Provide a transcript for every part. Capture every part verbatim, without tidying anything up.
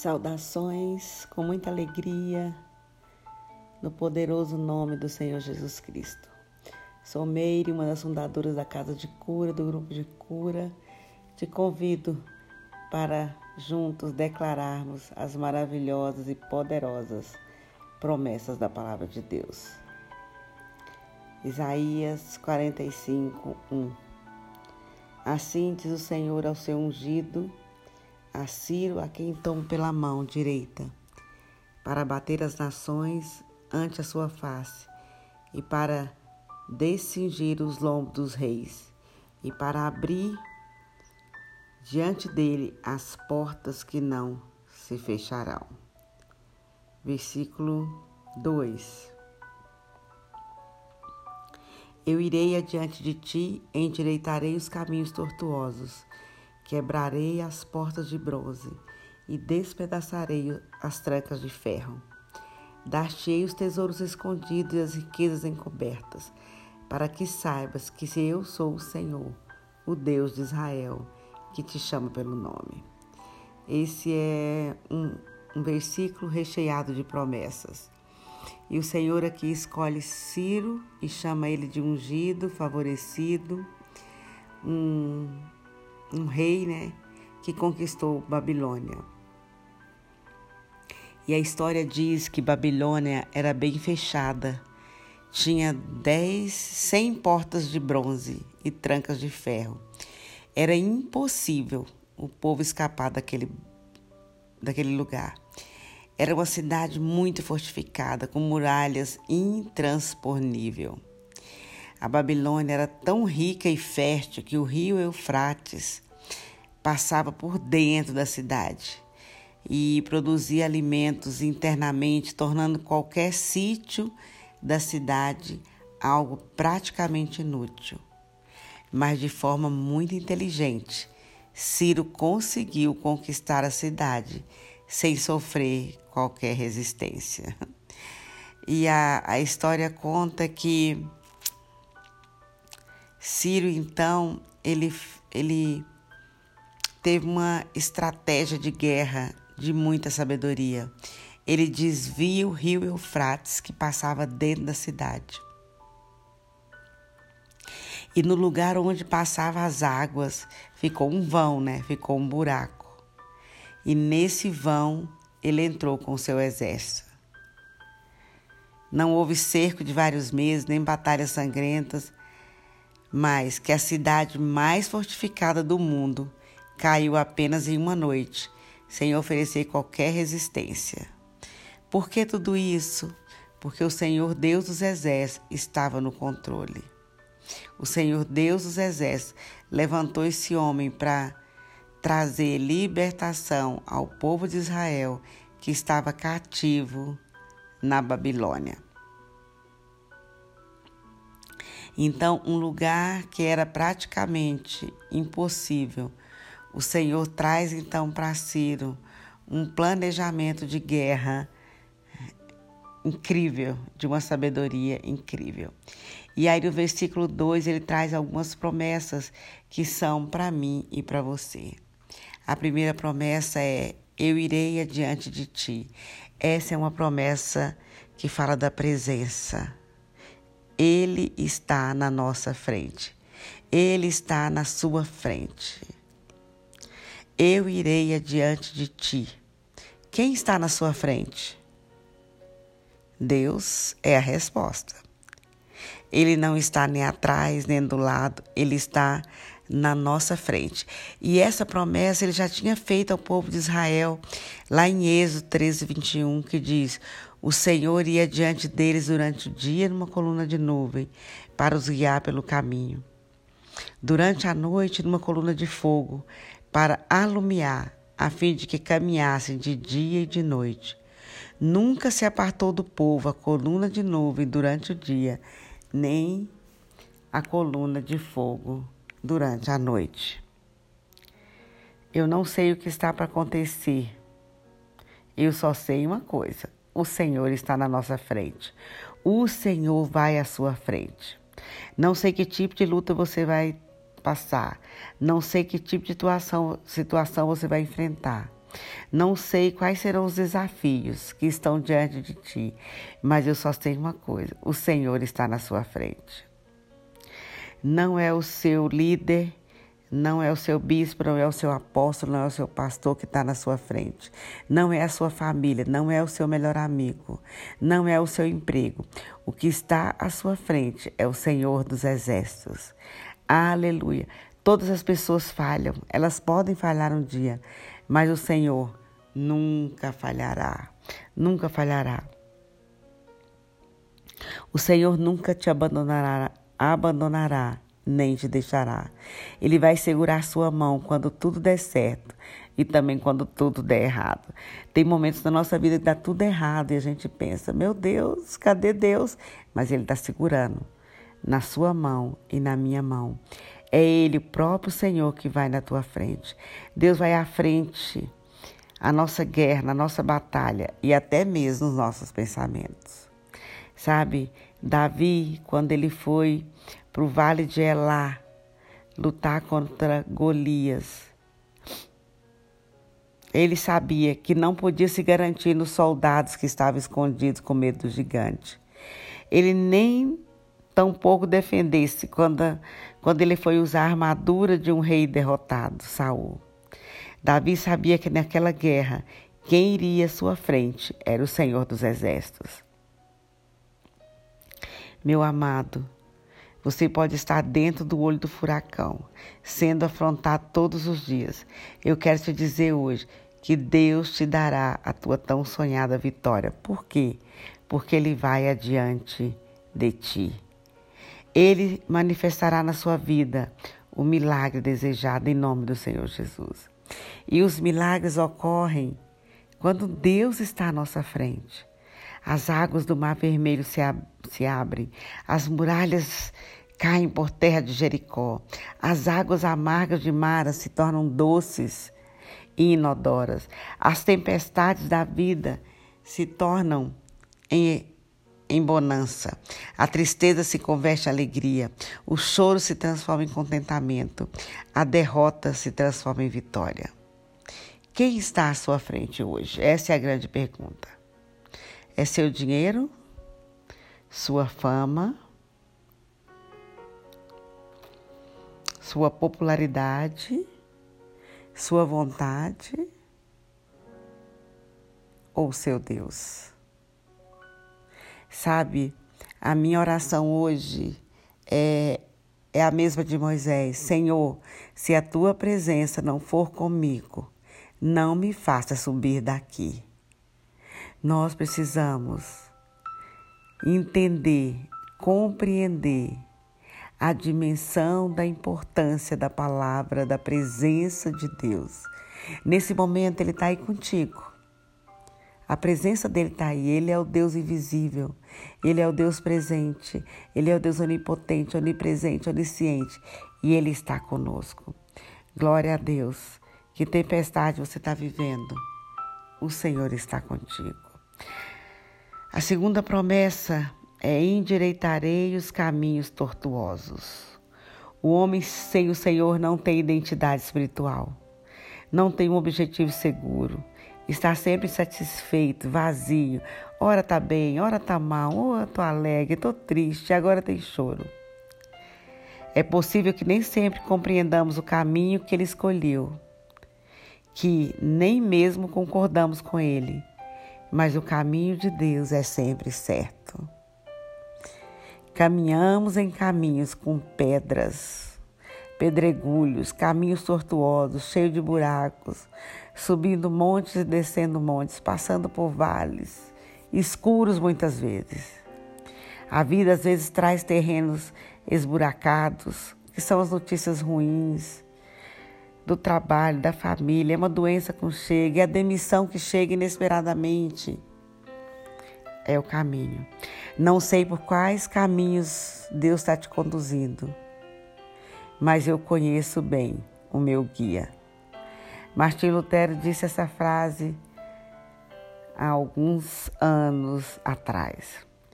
Saudações com muita alegria no poderoso nome do Senhor Jesus Cristo. Sou Meire, uma das fundadoras da Casa de Cura, do Grupo de Cura. Te convido para juntos declararmos as maravilhosas e poderosas promessas da Palavra de Deus. Isaías quarenta e cinco, um. Assim diz o Senhor ao seu ungido, a Ciro, a quem tomo pela mão direita, para bater as nações ante a sua face, e para descingir os lombos dos reis, e para abrir diante dele as portas que não se fecharão. Versículo dois. Eu irei adiante de ti, endireitarei os caminhos tortuosos, quebrarei as portas de bronze e despedaçarei as trancas de ferro. Dar-te-ei os tesouros escondidos e as riquezas encobertas, para que saibas que se eu sou o Senhor, o Deus de Israel, que te chama pelo nome. Esse é um, um versículo recheado de promessas. E o Senhor aqui escolhe Ciro e chama ele de ungido, favorecido, um, um rei, né, que conquistou Babilônia. E a história diz que Babilônia era bem fechada, tinha dez, cem portas de bronze e trancas de ferro. Era impossível o povo escapar daquele, daquele lugar. Era uma cidade muito fortificada, com muralhas intransponíveis. A Babilônia era tão rica e fértil que o rio Eufrates passava por dentro da cidade e produzia alimentos internamente, tornando qualquer sítio da cidade algo praticamente inútil. Mas de forma muito inteligente, Ciro conseguiu conquistar a cidade sem sofrer qualquer resistência. E a, a história conta que Ciro, então, ele, ele teve uma estratégia de guerra de muita sabedoria. Ele desvia o rio Eufrates, que passava dentro da cidade. E no lugar onde passavam as águas, ficou um vão, né? Ficou um buraco. E nesse vão, ele entrou com o seu exército. Não houve cerco de vários meses, nem batalhas sangrentas, mas que a cidade mais fortificada do mundo caiu apenas em uma noite, sem oferecer qualquer resistência. Por que tudo isso? Porque o Senhor Deus dos Exércitos estava no controle. O Senhor Deus dos Exércitos levantou esse homem para trazer libertação ao povo de Israel que estava cativo na Babilônia. Então, um lugar que era praticamente impossível, o Senhor traz então para Ciro um planejamento de guerra incrível, de uma sabedoria incrível. E aí no versículo dois ele traz algumas promessas que são para mim e para você. A primeira promessa é: eu irei adiante de ti. Essa é uma promessa que fala da presença. Ele está na nossa frente. Ele está na sua frente. Eu irei adiante de ti. Quem está na sua frente? Deus é a resposta. Ele não está nem atrás, nem do lado. Ele está na nossa frente. E essa promessa ele já tinha feito ao povo de Israel, lá em Êxodo treze, vinte e um, que diz: o Senhor ia diante deles durante o dia numa coluna de nuvem, para os guiar pelo caminho. Durante a noite, numa coluna de fogo, para alumiar, a fim de que caminhassem de dia e de noite. Nunca se apartou do povo a coluna de nuvem durante o dia, nem a coluna de fogo durante a noite. Eu não sei o que está para acontecer. Eu só sei uma coisa: o Senhor está na nossa frente. O Senhor vai à sua frente. Não sei que tipo de luta você vai passar. Não sei que tipo de situação, situação você vai enfrentar. Não sei quais serão os desafios que estão diante de ti, mas eu só sei uma coisa: o Senhor está na sua frente. Não é o seu líder, não é o seu bispo, não é o seu apóstolo, não é o seu pastor que está na sua frente. Não é a sua família, não é o seu melhor amigo, não é o seu emprego. O que está à sua frente é o Senhor dos Exércitos. Aleluia! Todas as pessoas falham, elas podem falhar um dia, mas o Senhor nunca falhará, nunca falhará. O Senhor nunca te abandonará, abandonará, nem te deixará. Ele vai segurar sua mão quando tudo der certo e também quando tudo der errado. Tem momentos na nossa vida que dá tudo errado e a gente pensa, meu Deus, cadê Deus? Mas Ele está segurando na sua mão e na minha mão. É Ele, o próprio Senhor, que vai na tua frente. Deus vai à frente, a nossa guerra, na nossa batalha e até mesmo nos nossos pensamentos. Sabe, Davi, quando ele foi para o vale de Elá lutar contra Golias, ele sabia que não podia se garantir nos soldados que estavam escondidos com medo do gigante. Ele nem tampouco defendesse quando, quando ele foi usar a armadura de um rei derrotado, Saul. Davi sabia que naquela guerra, quem iria à sua frente era o Senhor dos Exércitos. Meu amado, você pode estar dentro do olho do furacão, sendo afrontado todos os dias. Eu quero te dizer hoje que Deus te dará a tua tão sonhada vitória. Por quê? Porque Ele vai adiante de ti. Ele manifestará na sua vida o milagre desejado em nome do Senhor Jesus. E os milagres ocorrem quando Deus está à nossa frente. As águas do Mar Vermelho se, ab- se abrem, as muralhas caem por terra de Jericó, as águas amargas de Mara se tornam doces e inodoras, as tempestades da vida se tornam em em bonança. A tristeza se converte em alegria. O choro se transforma em contentamento. A derrota se transforma em vitória. Quem está à sua frente hoje? Essa é a grande pergunta. É seu dinheiro? Sua fama? Sua popularidade? Sua vontade? Ou seu Deus? Sabe, a minha oração hoje é, é a mesma de Moisés. Senhor, se a tua presença não for comigo, não me faça subir daqui. Nós precisamos entender, compreender a dimensão da importância da palavra, da presença de Deus. Nesse momento, Ele está aí contigo. A presença dele está aí. Ele é o Deus invisível. Ele é o Deus presente. Ele é o Deus onipotente, onipresente, onisciente. E Ele está conosco. Glória a Deus. Que tempestade você está vivendo? O Senhor está contigo. A segunda promessa é: endireitarei os caminhos tortuosos. O homem sem o Senhor não tem identidade espiritual. Não tem um objetivo seguro. Está sempre insatisfeito, vazio. Ora está bem, ora está mal. Ora estou alegre, estou triste, agora tem choro. É possível que nem sempre compreendamos o caminho que Ele escolheu, que nem mesmo concordamos com Ele, mas o caminho de Deus é sempre certo. Caminhamos em caminhos com pedras, pedregulhos, caminhos tortuosos, cheios de buracos, subindo montes e descendo montes, passando por vales, escuros muitas vezes. A vida às vezes traz terrenos esburacados, que são as notícias ruins do trabalho, da família, é uma doença que chega, é a demissão que chega inesperadamente. É o caminho. Não sei por quais caminhos Deus está te conduzindo, mas eu conheço bem o meu guia. Martinho Lutero disse essa frase há alguns anos atrás.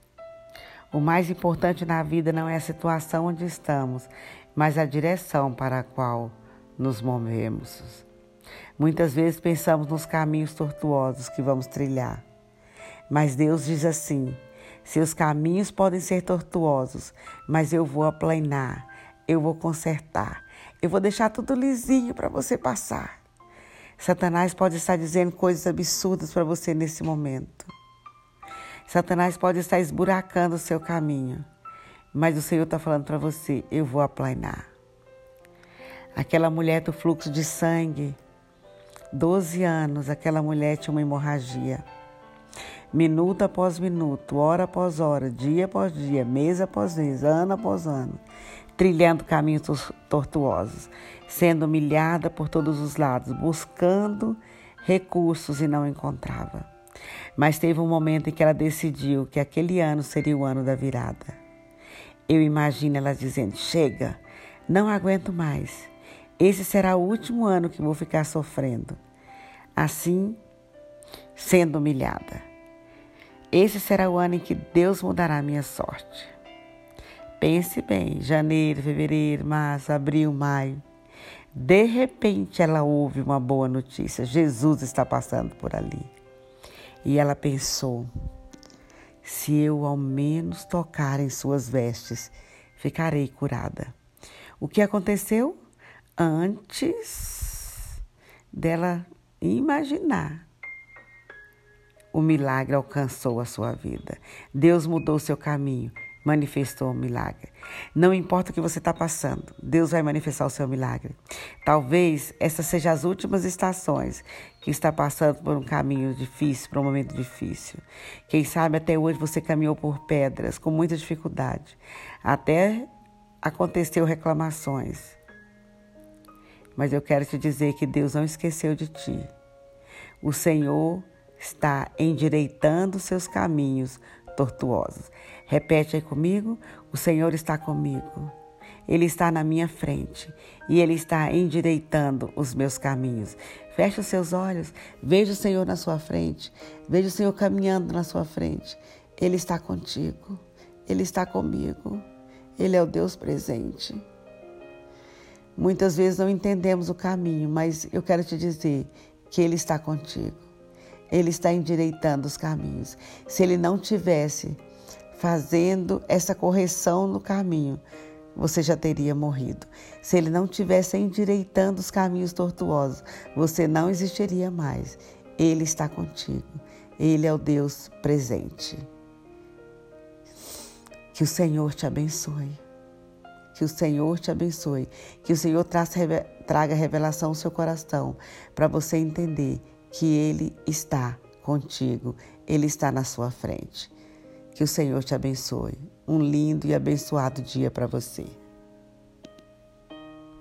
O mais importante na vida não é a situação onde estamos, mas a direção para a qual nos movemos. Muitas vezes pensamos nos caminhos tortuosos que vamos trilhar. Mas Deus diz assim: seus caminhos podem ser tortuosos, mas eu vou aplanar, eu vou consertar, eu vou deixar tudo lisinho para você passar. Satanás pode estar dizendo coisas absurdas para você nesse momento. Satanás pode estar esburacando o seu caminho, mas o Senhor está falando para você: eu vou aplanar. Aquela mulher do fluxo de sangue, doze anos, aquela mulher tinha uma hemorragia. Minuto após minuto, hora após hora, dia após dia, mês após mês, ano após ano, trilhando caminhos tortuosos, sendo humilhada por todos os lados, buscando recursos e não encontrava. Mas teve um momento em que ela decidiu que aquele ano seria o ano da virada. Eu imagino ela dizendo: chega, não aguento mais. Esse será o último ano que vou ficar sofrendo, assim, sendo humilhada. Esse será o ano em que Deus mudará a minha sorte. Pense bem, janeiro, fevereiro, março, abril, maio. De repente ela ouve uma boa notícia: Jesus está passando por ali. E ela pensou: se eu ao menos tocar em suas vestes, ficarei curada. O que aconteceu? Antes dela imaginar, o milagre alcançou a sua vida. Deus mudou o seu caminho, manifestou o milagre. Não importa o que você está passando, Deus vai manifestar o seu milagre. Talvez essas sejam as últimas estações que está passando por um caminho difícil, por um momento difícil. Quem sabe até hoje você caminhou por pedras, com muita dificuldade. Até aconteceu reclamações. Mas eu quero te dizer que Deus não esqueceu de ti. O Senhor está endireitando seus caminhos tortuosos. Repete aí comigo: o Senhor está comigo. Ele está na minha frente e Ele está endireitando os meus caminhos. Feche os seus olhos, veja o Senhor na sua frente, veja o Senhor caminhando na sua frente. Ele está contigo, Ele está comigo, Ele é o Deus presente. Muitas vezes não entendemos o caminho, mas eu quero te dizer que Ele está contigo. Ele está endireitando os caminhos. Se Ele não tivesse fazendo essa correção no caminho, você já teria morrido. Se Ele não tivesse endireitando os caminhos tortuosos, você não existiria mais. Ele está contigo. Ele é o Deus presente. Que o Senhor te abençoe. Que o Senhor te abençoe. Que o Senhor traga revelação ao seu coração para você entender que Ele está contigo, Ele está na sua frente. Que o Senhor te abençoe. Um lindo e abençoado dia para você.